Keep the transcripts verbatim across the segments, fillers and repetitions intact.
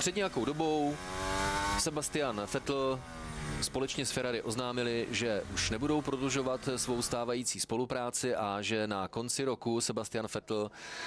Před nějakou dobou Sebastian Vettel společně s Ferrari oznámili, že už nebudou prodlužovat svou stávající spolupráci a že na konci roku Sebastian Vettel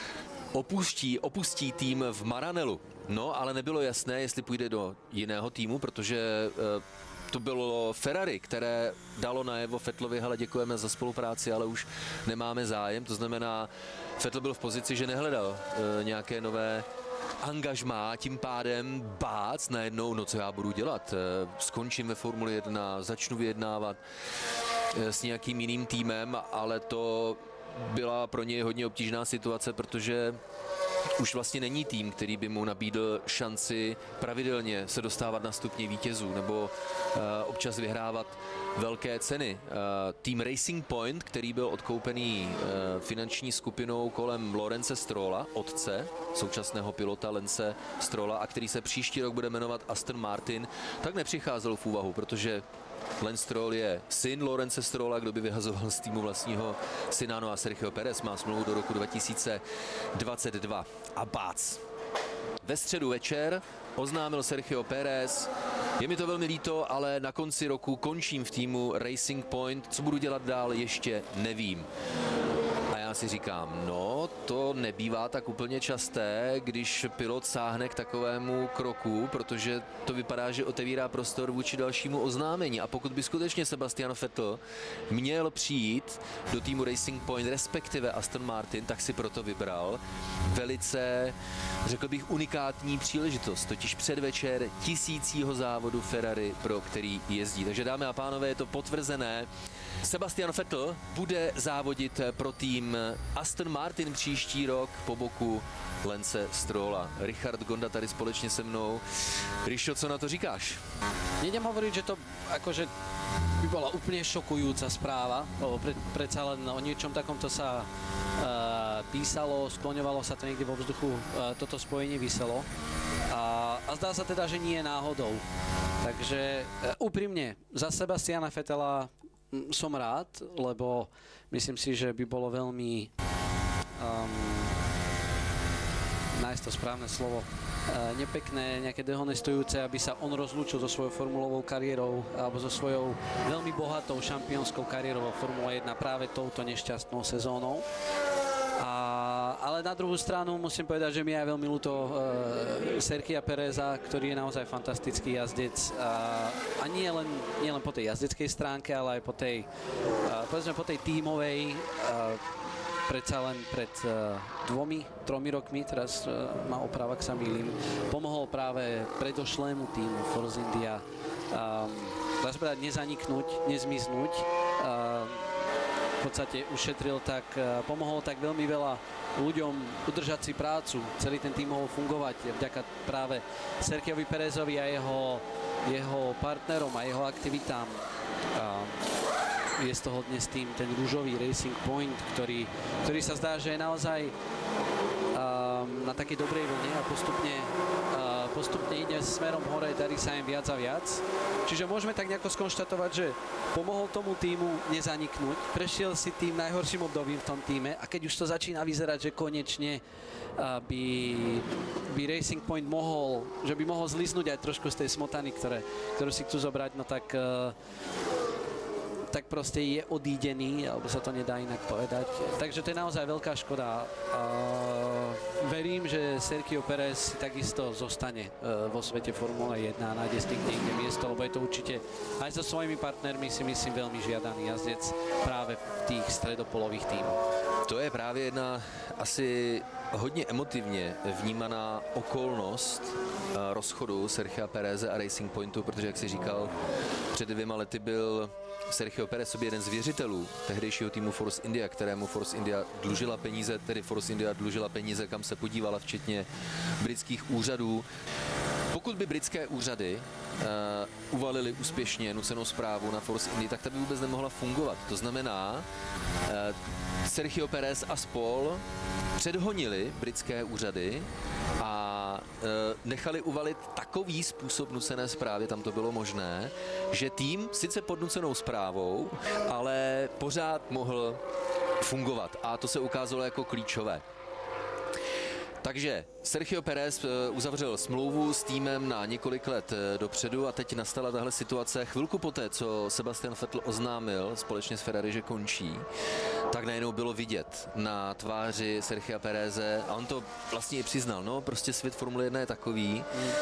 opustí, opustí tým v Maranellu. No, ale nebylo jasné, jestli půjde do jiného týmu, protože to bylo Ferrari, které dalo najevo Vettelovi, hele, děkujeme za spolupráci, ale už nemáme zájem. To znamená, Vettel byl v pozici, že nehledal e, nějaké nové angažmá, tím pádem bác najednou, no co já budu dělat, e, skončím ve Formuli jedna, začnu vyjednávat e, s nějakým jiným týmem, ale to byla pro něj hodně obtížná situace, protože už vlastně není tým, který by mu nabídl šanci pravidelně se dostávat na stupně vítězů nebo uh, občas vyhrávat velké ceny. Uh, tým Racing Point, který byl odkoupený uh, finanční skupinou kolem Lorence Strolla, otce současného pilota Lance Strolla, a který se příští rok bude jmenovat Aston Martin, tak nepřicházel v úvahu, protože Lance Stroll je syn Lorence Strolla, kdo by vyhazoval z týmu vlastního syna, no a Sergio Pérez má smlouvu do roku dva tisíce dvacet dva. A bác. Ve středu večer oznámil Sergio Pérez: je mi to velmi líto, ale na konci roku končím v týmu Racing Point, co budu dělat dál, ještě nevím. A já si říkám, no to nebývá tak úplně časté, když pilot sáhne k takovému kroku, protože to vypadá, že otevírá prostor vůči dalšímu oznámení. A pokud by skutečně Sebastian Vettel měl přijít do týmu Racing Point, respektive Aston Martin, tak si proto vybral velice, řekl bych, unikátní příležitost, totiž předvečer tisícího závodu Ferrari, pro který jezdí. Takže dámy a pánové, je to potvrzené. Sebastian Vettel bude závodit pro tým Aston Martin příští rok po boku Lance Strolla. Richard Gonda tady společně se mnou. Rišo, co na to říkáš? Nejdem hovoriť, že to akože by bola úplne šokujúca správa, lebo pre, predsa len o niečom takomto sa uh, písalo, skloňovalo sa to niekde vo vzduchu, uh, toto spojenie viselo a, a zdá sa teda, že nie je náhodou. Takže uh, úprimne, za Sebastiana Vettela som rád, lebo myslím si, že by bolo veľmi um, nájsť to správne slovo, nepekné, nejaké dehonestujúce, aby sa on rozlúčil so svojou formulovou kariérou alebo so svojou veľmi bohatou šampiónskou kariérou vo Formule jedna práve touto nešťastnou sezónou. A, ale na druhú stranu musím povedať, že mi je veľmi ľúto uh, Sergia Péreza, ktorý je naozaj fantastický jazdec a, a nie, len, nie len po tej jazdeckej stránke, ale aj po tej, uh, povedzme po tej tímovej, uh, predsa len pred uh, dvomi, tromi rokmi, teraz uh, ma oprava, ak sa mýlim, pomohol práve predošlému týmu Force India um, dá sa povedať nezaniknúť, nezmiznúť. Uh, v podstate ušetril tak, uh, pomohol tak veľmi veľa ľuďom udržať si prácu, celý ten tým mohol fungovať vďaka práve Sergiovi Pérezovi a jeho, jeho partnerom a jeho aktivitám. Uh, je z toho dnes tým ten rúžový Racing Point, ktorý, ktorý sa zdá, že je naozaj um, na takej dobrej vlne a postupne, uh, postupne ide smerom hore, darí sa im viac a viac. Čiže môžeme tak nejako skonštatovať, že pomohol tomu týmu nezaniknúť, prešiel si tým najhorším obdobím v tom týme a keď už to začína vyzerať, že konečne uh, by, by Racing Point mohol, že by mohol zliznúť aj trošku z tej smotany, ktoré, ktorú si chcú zobrať, no tak uh, tak proste je odídený, alebo sa to nedá inak povedať. Takže to je naozaj veľká škoda. Uh, verím, že Sergio Pérez si takisto zostane uh, vo svete Formule jedna a nájde si niekde miesto, lebo je to určite aj so svojimi partnermi si myslím veľmi žiadaný jazdec práve v tých stredopolových tímoch. To je právě jedna asi hodně emotivně vnímaná okolnost rozchodu Sergia Péreze a Racing Pointu, protože, jak si říkal, před dvěma lety byl Sergio Pérez sobě jeden z věřitelů tehdejšího týmu Force India, kterému Force India dlužila peníze, tedy Force India dlužila peníze, kam se podívala, včetně britských úřadů. Pokud by britské úřady uh, uvalili úspěšně nucenou zprávu na Force India, tak ta by vůbec nemohla fungovat. To znamená, uh, Sergio Pérez a spol předhonili britské úřady a e, nechali uvalit takový způsob nucené zprávy, tam to bylo možné, že tým sice pod nucenou zprávou, ale pořád mohl fungovat a to se ukázalo jako klíčové. Takže Sergio Pérez uzavřel smlouvu s týmem na několik let dopředu a teď nastala tahle situace. Chvilku poté, co Sebastian Vettel oznámil společně s Ferrari, že končí, tak najednou bylo vidět na tváři Sergia Péreze, a on to vlastně i přiznal, no prostě svět Formule jedna je takový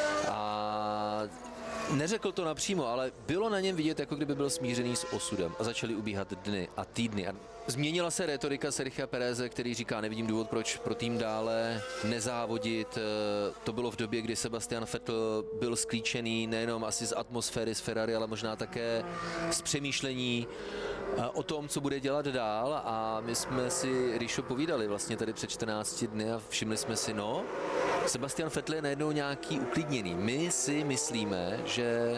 a neřekl to napřímo, ale bylo na něm vidět, jako kdyby byl smířený s osudem a začaly ubíhat dny a týdny. A změnila se retorika Sergia Péreze, který říká, nevidím důvod, proč pro tým dále nezávodit. To bylo v době, kdy Sebastian Vettel byl sklíčený nejenom asi z atmosféry z Ferrari, ale možná také z přemýšlení o tom, co bude dělat dál, a my jsme si, Ríšo, povídali vlastně tady před čtrnácti dny a všimli jsme si, no, Sebastian Vettel je najednou nějaký uklidněný. My si myslíme, že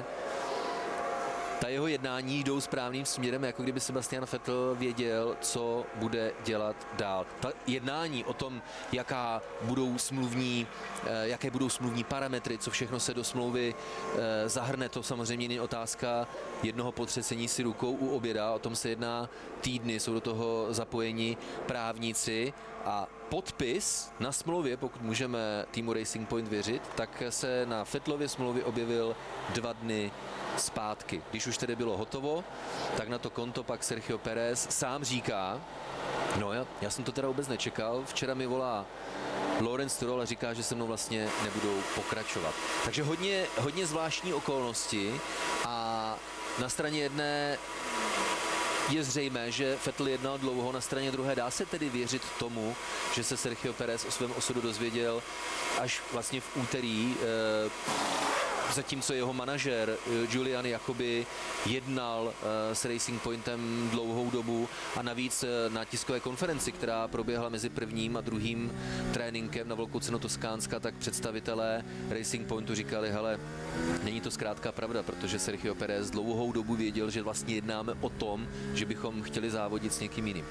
ta jeho jednání jdou správným směrem, jako kdyby Sebastian Vettel věděl, co bude dělat dál. Ta jednání o tom, jaká budou smluvní, jaké budou smluvní parametry, co všechno se do smlouvy zahrne, to samozřejmě není otázka jednoho potřesení si rukou u oběda, o tom se jedná týdny, jsou do toho zapojeni právníci a podpis na smlouvě, pokud můžeme týmu Racing Point věřit, tak se na Vettelově smlouvě objevil dva dny zpátky. Když už tedy bylo hotovo, tak na to konto pak Sergio Pérez sám říká, no já, já jsem to teda vůbec nečekal, včera mi volá Lawrence Stroll a říká, že se mnou vlastně nebudou pokračovat. Takže hodně, hodně zvláštní okolnosti a na straně jedné je zřejmé, že Vettel jednal dlouho, na straně druhé dá se tedy věřit tomu, že se Sergio Pérez o svém osudu dozvěděl až vlastně v úterý, e, zatímco jeho manažer Julian Jacobi jednal s Racing Pointem dlouhou dobu a navíc na tiskové konferenci, která proběhla mezi prvním a druhým tréninkem na Velkou cenu Toskánska, tak představitelé Racing Pointu říkali, hele, není to zkrátka pravda, protože Sergio Pérez dlouhou dobu věděl, že vlastně jednáme o tom, že bychom chtěli závodit s někým jiným.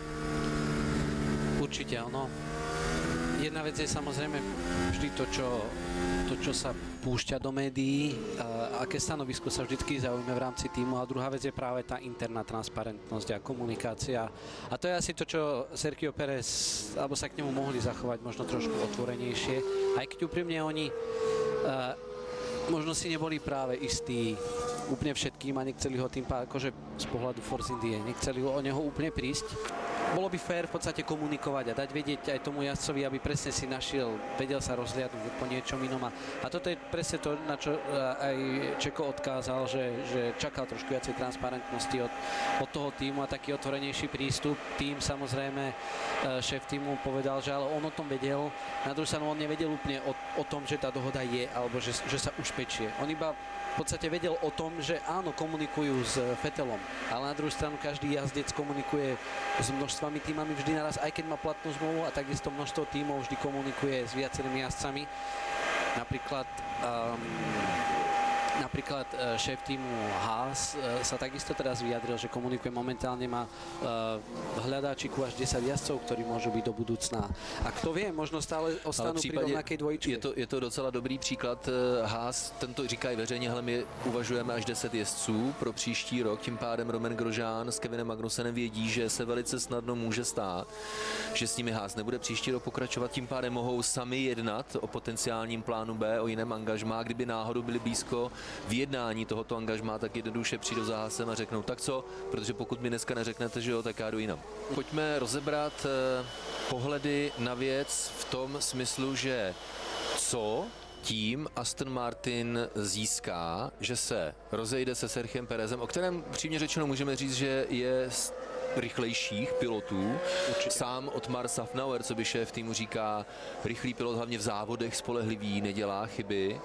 Určitě ano. Jedna vec je samozrejme vždy to, čo, to, čo sa púšťa do médií, a aké stanovisko sa vždycky zaujme v rámci týmu, a druhá vec je práve tá interná transparentnosť a komunikácia. A to je asi to, čo Sergio Pérez, alebo sa k nemu mohli zachovať možno trošku otvorenejšie, aj keď úprimne oni uh, možno si neboli práve istí úplne všetkým a nechceli ho tým pádom, akože z pohľadu Force Indie, nechceli ho o neho úplne prísť. Bolo by fér v podstate komunikovať a dať vedieť aj tomu jazdcovi, aby presne si našiel, vedel sa rozhliadnúť po niečom inom. A, a toto je presne to, na čo aj Čeko odkázal, že, že čakal trošku viacej transparentnosti od, od toho týmu a taký otvorenejší prístup. Tým samozrejme šéf týmu povedal, že ale on o tom vedel. Na druhú stranu on nevedel úplne o, o tom, že tá dohoda je alebo že, že sa už pečie. On iba v podstate vedel o tom, že áno, komunikujú s Vettelom, ale na druhú stranu každý jazdec komunikuje s množstvami týmami vždy naraz, aj keď má platnú zmluvu, a takisto množstvo týmov vždy komunikuje s viacerými jazdcami. Napríklad um, Napríklad šéf týmu Haas sa takisto teraz vyjadril, že komunikuje momentálne, má v hľadáčiku až desať jazdcov, ktorí môžu byť do budúcna. A kto vie, možno stále ostanú pri rovnakej dvojičke. Je to, je to docela dobrý příklad. Haas, tento říkají veřejně, hele, my uvažujeme až deset jezdců pro příští rok, tím pádem Romain Grosjean s Kevinem Magnusenem vědí, že se velice snadno může stát, že s nimi Haas nebude příští rok pokračovat, tím pádem mohou sami jednat o potenciálním plánu B, o jiném angažmá, kdyby náhodou byli blízko vyjednání tohoto angažmá, tak jednoduše přijdou za Haasem a řeknou, tak co, protože pokud mi dneska neřeknete, že jo, tak já jdu jinam. Pojďme rozebrat eh, pohledy na věc v tom smyslu, že co tím Aston Martin získá, že se rozejde se Sergiem Pérezem, o kterém přímě řečeno můžeme říct, že je rychlejších pilotů. Určitě. Sám Otmar Szafnauer, co by šéf týmu říká, rychlý pilot hlavně v závodech, spolehlivý, nedělá chyby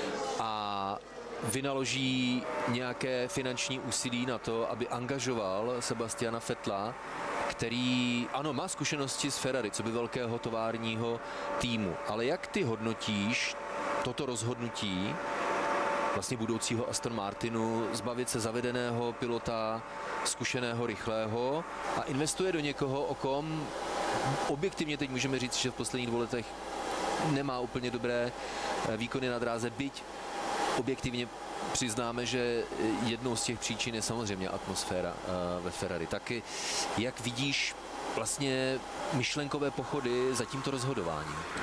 a vynaloží nějaké finanční úsilí na to, aby angažoval Sebastiana Vettela, který, ano, má zkušenosti s Ferrari, co by velkého továrního týmu. Ale jak ty hodnotíš toto rozhodnutí vlastně budoucího Aston Martinu zbavit se zavedeného pilota, zkušeného, rychlého a investuje do někoho, o kom objektivně teď můžeme říct, že v posledních dvou letech nemá úplně dobré výkony na dráze, byť objektivně přiznáme, že jednou z těch příčin je samozřejmě atmosféra ve Ferrari. Taky jak vidíš vlastně myšlenkové pochody za tímto rozhodováním?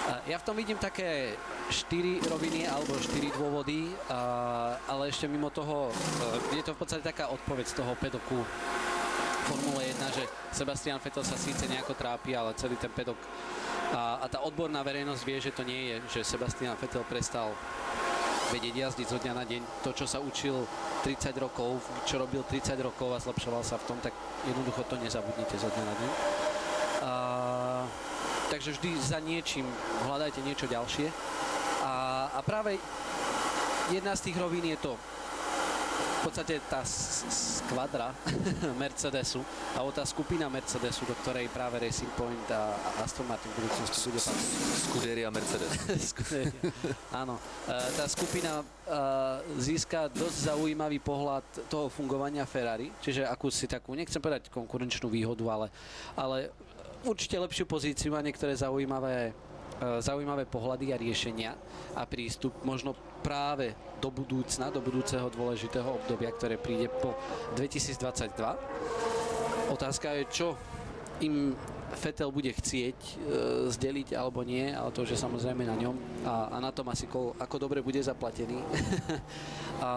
Ja v tom vidím také štyri roviny alebo štyri dôvody, ale ešte mimo toho je to v podstate taká odpoveď z toho pedoku Formule jedna, že Sebastian Vettel sa síce nejako trápi, ale celý ten pedok a, a tá odborná verejnosť vie, že to nie je, že Sebastian Vettel prestal vedieť jazdiť zo dňa na deň. To, čo sa učil tridsať rokov, čo robil tridsať rokov a zlepšoval sa v tom, tak jednoducho to nezabudnite zo dňa na deň. A, takže vždy za niečím hľadajte niečo ďalšie. A, a práve jedna z tých rovín je to v podstate tá skvadra Mercedesu alebo tá skupina Mercedesu, do ktorej práve Racing Point a Aston Martin v budúcnosti bude patriť. Scuderia Mercedes. Scuderia, áno. Tá skupina získa dosť zaujímavý pohľad toho fungovania Ferrari, čiže akúsi takú, nechcem povedať konkurenčnú výhodu, ale, ale určite lepšiu pozíciu a niektoré zaujímavé zaujímavé pohľady a riešenia a prístup možno práve do budúcna, do budúceho dôležitého obdobia, ktoré príde po dvetisícdvadsaťdva. Otázka je, čo im Vettel bude chcieť e, zdeliť alebo nie, ale to už je samozrejme na ňom a, a na tom asi ko, ako dobre bude zaplatený. a,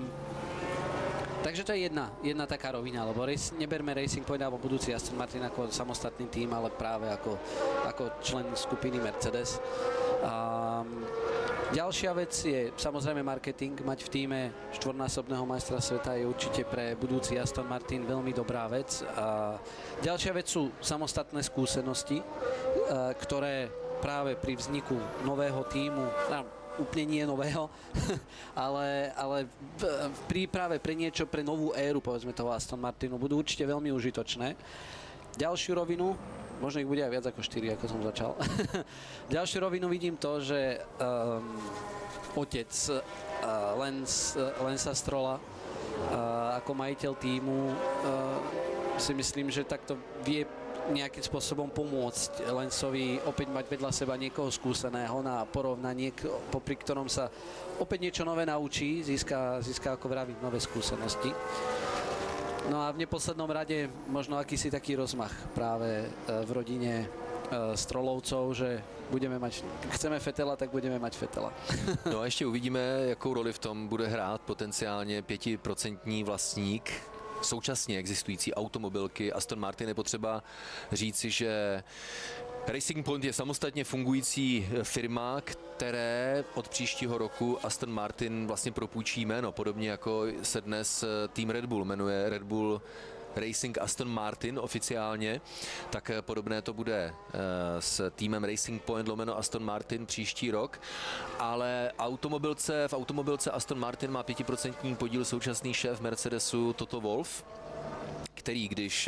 Takže to je jedna, jedna taká rovina, lebo race, neberme Racing Point alebo budúci Aston Martin ako samostatný tým, ale práve ako, ako člen skupiny Mercedes. A ďalšia vec je samozrejme marketing. Mať v tíme štvornásobného majstra sveta je určite pre budúci Aston Martin veľmi dobrá vec. A ďalšia vec sú samostatné skúsenosti, ktoré práve pri vzniku nového tímu, úplne nie nového, ale, ale v, v príprave pre niečo, pre novú éru, povedzme toho Aston Martinu, budú určite veľmi užitočné. Ďalšiu rovinu, možno ich bude aj viac ako štyri, ako som začal. Ďalšiu rovinu vidím to, že um, otec uh, Lance, uh, Lancea Strolla uh, ako majiteľ tímu uh, si myslím, že takto vie nejakým spôsobom pomôcť Lanceovi opäť mať vedľa seba niekoho skúseného na porovnanie, popri ktorom sa opäť niečo nové naučí, získa, získa ako vravím, nové skúsenosti. No a v neposlednom rade možno akýsi taký rozmach práve v rodine Strollovcov, že budeme mať, chceme Vettela, tak budeme mať Vettela. No a ještě uvidíme, jakou roli v tom bude hrát potenciálně pětiprocentní vlastník současně existující automobilky Aston Martin. Je potřeba říci, že Racing Point je samostatně fungující firma, které od příštího roku Aston Martin vlastně propůjčí jméno, podobně jako se dnes tým Red Bull jmenuje Red Bull Racing Aston Martin oficiálně, tak podobné to bude s týmem Racing Point lomeno Aston Martin příští rok, ale automobilce, v automobilce Aston Martin má pětiprocentní podíl současný šéf Mercedesu Toto Wolff, který když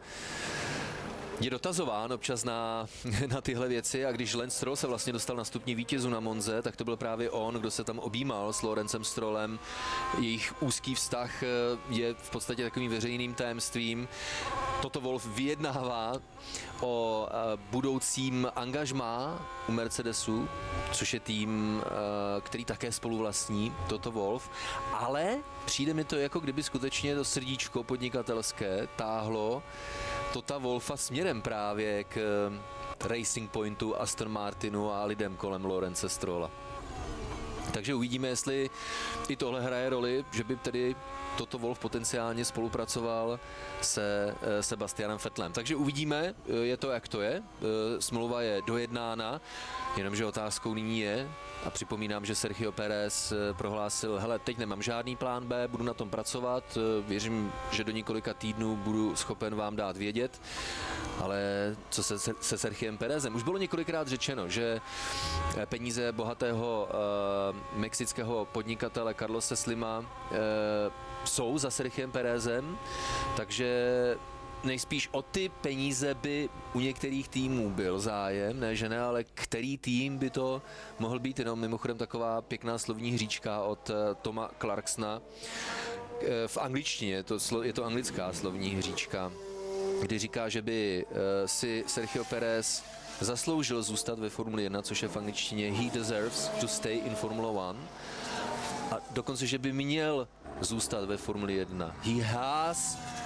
je dotazován občas na, na tyhle věci a když Lance Stroll se vlastně dostal na stupni vítězů na Monze, tak to byl právě on, kdo se tam objímal s Lorencem Strollem. Jejich úzký vztah je v podstatě takovým veřejným tajemstvím. Toto Wolff vyjednává o budoucím angažmá u Mercedesu, což je tým, který také spoluvlastní Toto Wolff, ale přijde mi to, jako kdyby skutečně to srdíčko podnikatelské táhlo Tota Wolffa směrem právě k Racing Pointu, Aston Martinu a lidem kolem Lorence Strolla. Takže uvidíme, jestli i tohle hraje roli, že by tedy Toto Wolff potenciálně spolupracoval se Sebastianem Vettelem. Takže uvidíme, je to, jak to je. Smlouva je dojednána, jenomže otázkou nyní je, a připomínám, že Sergio Pérez prohlásil, hele, teď nemám žádný plán B, budu na tom pracovat, věřím, že do několika týdnů budu schopen vám dát vědět, ale co se se Sergiem Pérezem? Už bylo několikrát řečeno, že peníze bohatého uh, mexického podnikatele Carlose Slima uh, jsou za Sergiem Pérezem, takže nejspíš o ty peníze by u některých týmů byl zájem, ne že ne, ale který tým by to mohl být, jenom mimochodem taková pěkná slovní hříčka od uh, Toma Clarksona uh, v angličtině, je to, je to anglická slovní hříčka, kdy říká, že by uh, si Sergio Pérez zasloužil zůstat ve Formuli jedna, což je v angličtině he deserves to stay in Formula one, a dokonce, že by měl zůstat ve Formuli jedna. He has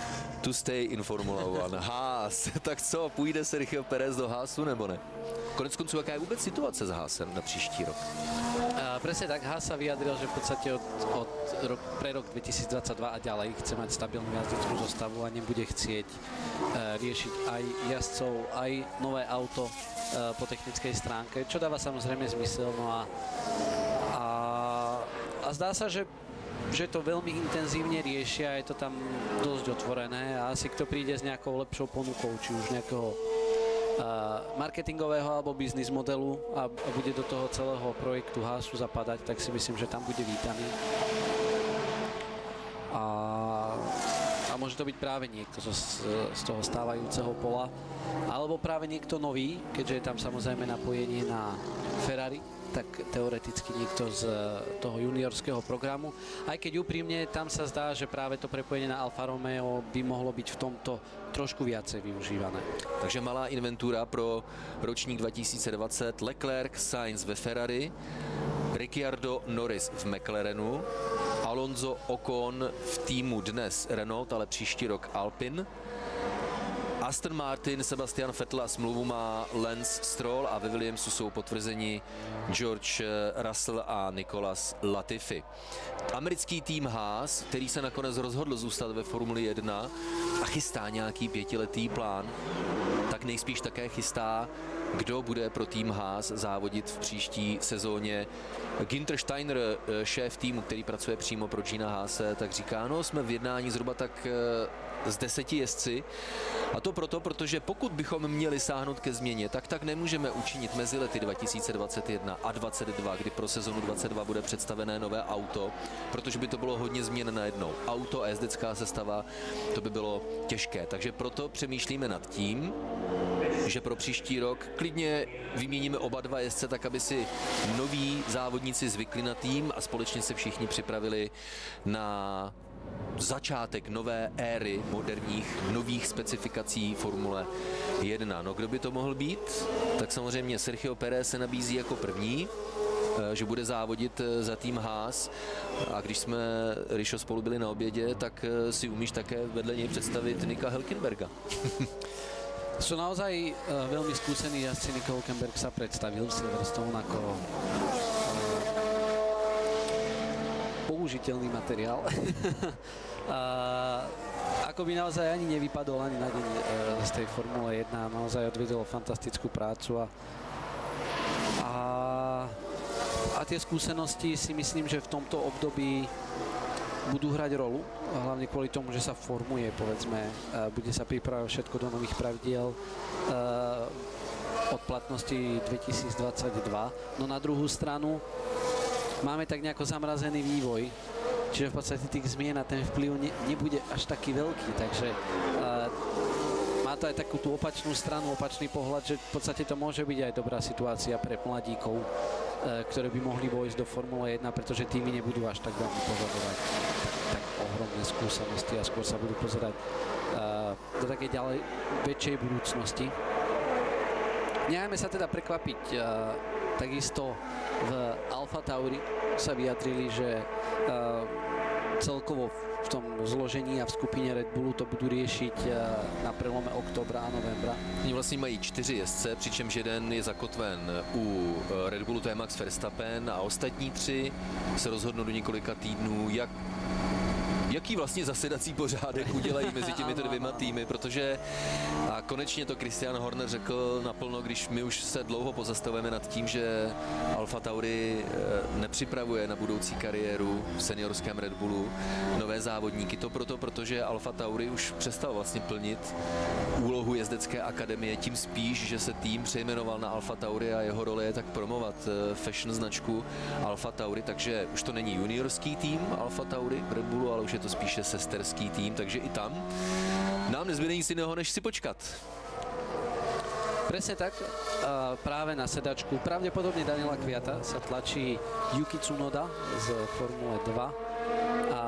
to stay in Formula One. Haas, tak co, půjde Sergio Pérez do Haasu nebo ne? Konec konců, jaká je vůbec situace s Haasem na příští rok? Uh, presne tak, Haas sa vyjadril, že v podstate od, od rok, pre rok dvetisícdvadsaťdva a ďalej chce mať stabilnú jazdeckú zostavu a nebude chcieť uh, riešiť aj jazdcov, aj nové auto uh, po technickej stránke, čo dáva samozrejme zmysel. No a, a, a zdá sa, že že to veľmi intenzívne riešia, je to tam dosť otvorené a asi kto príde s nejakou lepšou ponukou, či už nejakého uh, marketingového alebo biznis modelu a, a bude do toho celého projektu Haasu zapadať, tak si myslím, že tam bude vítaný. A, a môže to byť práve niekto z, z toho stávajúceho pola, alebo práve niekto nový, keďže je tam samozrejme napojenie na Ferrari, tak teoreticky niekto z toho juniorského programu. Aj keď úprimne tam sa zdá, že práve to prepojenie na Alfa Romeo by mohlo byť v tomto trošku viacej využívané. Takže malá inventura pro ročník dva tisíce dvacet. Leclerc, Sainz ve Ferrari, Ricciardo, Norris v McLarenu, Alonso, Ocon v týmu dnes Renault, ale příští rok Alpine. Aston Martin, Sebastian Vettel a smlouvu má Lance Stroll a ve Williamsu jsou potvrzeni George Russell a Nicolas Latifi. Americký tým Haas, který se nakonec rozhodl zůstat ve Formuli jedna a chystá nějaký pětiletý plán, tak nejspíš také chystá, kdo bude pro tým Haas závodit v příští sezóně. Günther Steiner, šéf týmu, který pracuje přímo pro Gina Haase, tak říká, no jsme v jednání zhruba tak z deseti jezdci. A to proto, protože pokud bychom měli sáhnout ke změně, tak tak nemůžeme učinit mezi lety dva tisíce dvacet jedna a dvacet dva, kdy pro sezonu dvacet dva bude představené nové auto, protože by to bylo hodně změn najednou. Auto a jezdecká sestava, to by bylo těžké. Takže proto přemýšlíme nad tím, že pro příští rok klidně vyměníme oba dva jezdce, tak aby si noví závodníci zvykli na tým a společně se všichni připravili na začátek nové éry moderních, nových specifikací Formule jedna. No kdo by to mohl být? Tak samozřejmě Sergio Pérez se nabízí jako první, že bude závodit za tým Haas. A když jsme, Rišo, spolu byli na obědě, tak si umíš také vedle něj představit Nika Hülkenberga. Sú naozaj uh, veľmi skúsení jazdci. Nico Hülkenberg sa predstavil v Silverstone ako uh, použiteľný materiál. uh, ako by naozaj ani nevypadol ani na deň uh, z tej Formule jedna. Naozaj odvedol fantastickú prácu a, a, a tie skúsenosti si myslím, že v tomto období budú hrať rolu, hlavne kvôli tomu, že sa formuje, povedzme, bude sa pripravať všetko do nových pravidiel od platnosti dvetisícdvadsaťdva. No na druhú stranu máme tak nejako zamrazený vývoj, čiže v podstate tých zmien a ten vplyv ne, nebude až taký veľký, takže má to aj takú tú opačnú stranu, opačný pohľad, že v podstate to môže byť aj dobrá situácia pre mladíkov, ktoré by mohli vojsť do Formule jedna, pretože týmy nebudú až tak veľmi požadovať tak, tak ohromné skúsenosti a skôr sa budú pozerať uh, do takej ďalej väčšej budúcnosti. Nechajme sa teda prekvapiť. Uh, takisto v Alfa Tauri sa vyjadrili, že uh, celkovo v tom zložení a v skupině Red Bullu to budou řešit na prelome oktobra a novembra. Oni vlastně mají čtyři jezdce, přičemž jeden je zakotven u Red Bullu, to je Max Verstappen, a ostatní tři se rozhodnou do několika týdnů, jak jaký vlastně zasedací pořádek udělají mezi těmito dvěma týmy, protože a konečně to Christian Horner řekl naplno, když my už se dlouho pozastavujeme nad tím, že Alfa Tauri nepřipravuje na budoucí kariéru v seniorském Red Bullu nové závodníky. To proto, protože Alfa Tauri už přestal vlastně plnit úlohu jezdecké akademie, tím spíš, že se tým přejmenoval na Alfa Tauri a jeho role je tak promovat fashion značku Alfa Tauri, takže už to není juniorský tým Alfa Tauri v Red Bullu, ale už je to spíše sesterský tým, takže i tam nám nezbyde nic jiného, než si počkat. Presne tak, práve na sedačku pravdepodobne Daniela Kviata sa tlačí Yuki Tsunoda z Formule dva a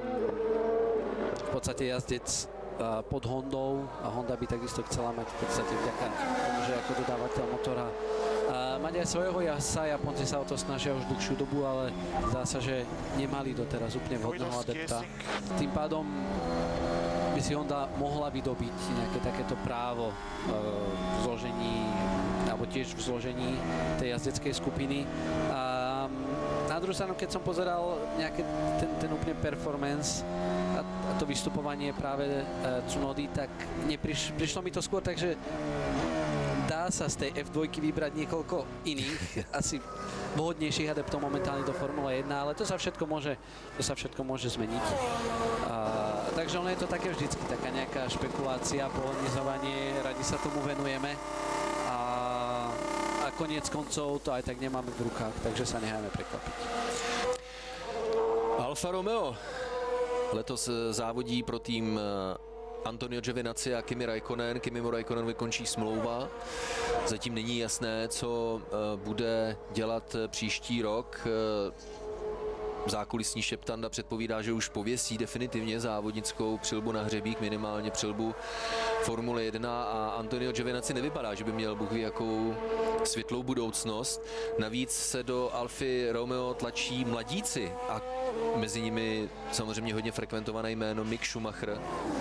v podstate jazdec pod Hondou a Honda by takisto chcela mať v podstate vďaka tomu, že ako dodávateľ motora a mať aj svojho jazdca. Japonci sa o to snažia už dlhšiu dobu, ale zdá sa, že nemali doteraz úplne vhodného adepta. Tým pádom by si Honda mohla vydobiť nejaké takéto právo v zložení, alebo tiež v zložení tej jazdeckej skupiny. A na druhú stranu, keď som pozeral nejaké ten, ten úplne performance a, a to vystupovanie práve e, Tsunody, tak nepriš, prišlo mi to skôr tak, že dá sa z tej ef dva vybrať niekoľko iných, asi vhodnejších adeptov momentálne do Formule jeden, ale to sa všetko môže, to sa všetko môže zmeniť. A, takže ono je to také vždycky, taká nejaká špekulácia, pohodnizovanie, radi sa tomu venujeme. A, a koniec koncov to aj tak nemáme v rukách, takže sa necháme prekvapiť. Alfa Romeo letos závodí pro tým Antonio Giovinazzi a Kimi Räikkönen. Kimimu Räikkönen končí smlouva. Zatím není jasné, co bude dělat příští rok. Zákulisní šeptanda předpovídá, že už pověsí definitivně závodnickou přilbu na hřebík, minimálně přilbu Formule jedna, a Antonio Giovinazzi nevypadá, že by měl Bůh ví jakou světlou budoucnost. Navíc se do Alfy Romeo tlačí mladíci a mezi nimi samozřejmě hodně frekventované jméno Mick Schumacher.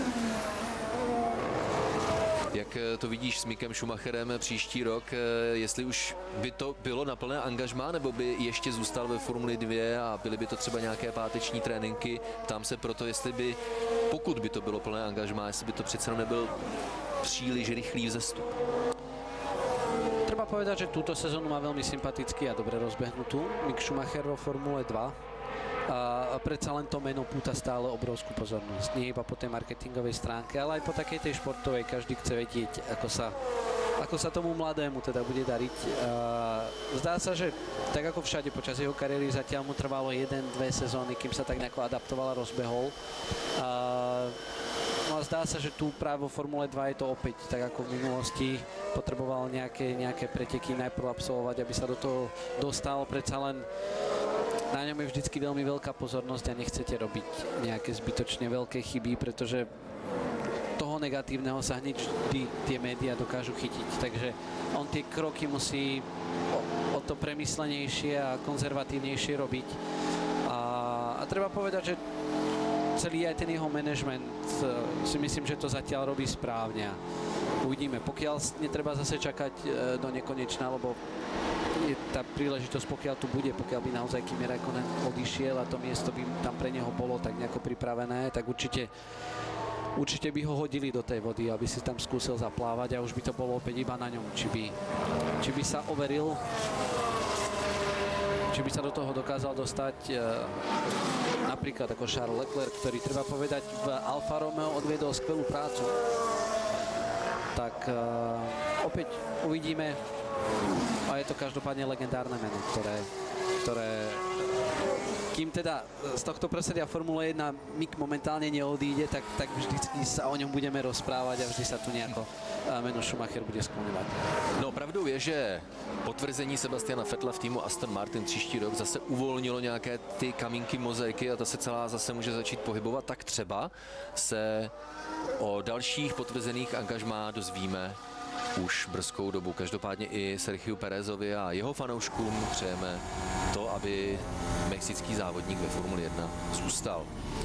Jak to vidíš s Mickem Schumacherem příští rok, jestli už by to bylo na plné angažmá, nebo by ještě zůstal ve Formuli dva a byly by to třeba nějaké páteční tréninky? Ptám se proto, jestli by, pokud by to bylo plné angažmá, jestli by to přece nebyl příliš rychlý vzestup. Treba povedať, že túto sezónu má veľmi sympatický a dobre rozbehnutú Mick Schumacher vo Formule dva. A predsa len to meno púta stále obrovskú pozornosť. Nie iba po tej marketingovej stránke, ale aj po takej tej športovej. Každý chce vedieť, ako sa, ako sa tomu mladému teda bude dariť. Zdá sa, že tak ako všade počas jeho kariéry zatiaľ mu trvalo jeden, dve sezóny, kým sa tak nejako adaptoval a rozbehol. No a zdá sa, že tu práve vo Formule dva je to opäť tak ako v minulosti. Potreboval nejaké, nejaké preteky najprv absolvovať, aby sa do toho dostal. Predsa len na ňom je vždycky veľmi veľká pozornosť a nechcete robiť nejaké zbytočne veľké chyby, pretože toho negatívneho sa hneď vždy tie médiá dokážu chytiť. Takže on tie kroky musí o, o to premyslenejšie a konzervatívnejšie robiť. A, a treba povedať, že celý aj ten jeho management si myslím, že to zatiaľ robí správne. Uvidíme, pokiaľ netreba zase čakať do nekonečna, lebo je tá príležitosť, pokiaľ tu bude, pokiaľ by naozaj Kimi Räikkönen odišiel a to miesto by tam pre neho bolo tak nejako pripravené, tak určite určite by ho hodili do tej vody, aby si tam skúsil zaplávať a už by to bolo opäť iba na ňom, či by, či by sa overil, či by sa do toho dokázal dostať e, napríklad ako Charles Leclerc, ktorý treba povedať v Alfa Romeo odviedol skvelú prácu. Tak e, opäť uvidíme. A je to každopádne legendárne meno, ktoré, ktoré kým teda z tohto prostredia Formule jedna Mick momentálne neodíde, tak, tak vždycky sa o ňom budeme rozprávať a vždy sa tu nejako meno Schumacher bude skloňovať. No pravdou je, že potvrzení Sebastiana Vettela v týmu Aston Martin příští rok zase uvolnilo nějaké ty kamínky mozaiky a ta se celá zase může začít pohybovat, tak třeba se o dalších potvrzených angažmá dozvíme už brzkou dobu. Každopádně i Sergiu Pérezovi a jeho fanouškům přejeme to, aby mexický závodník ve Formuli jedna zůstal.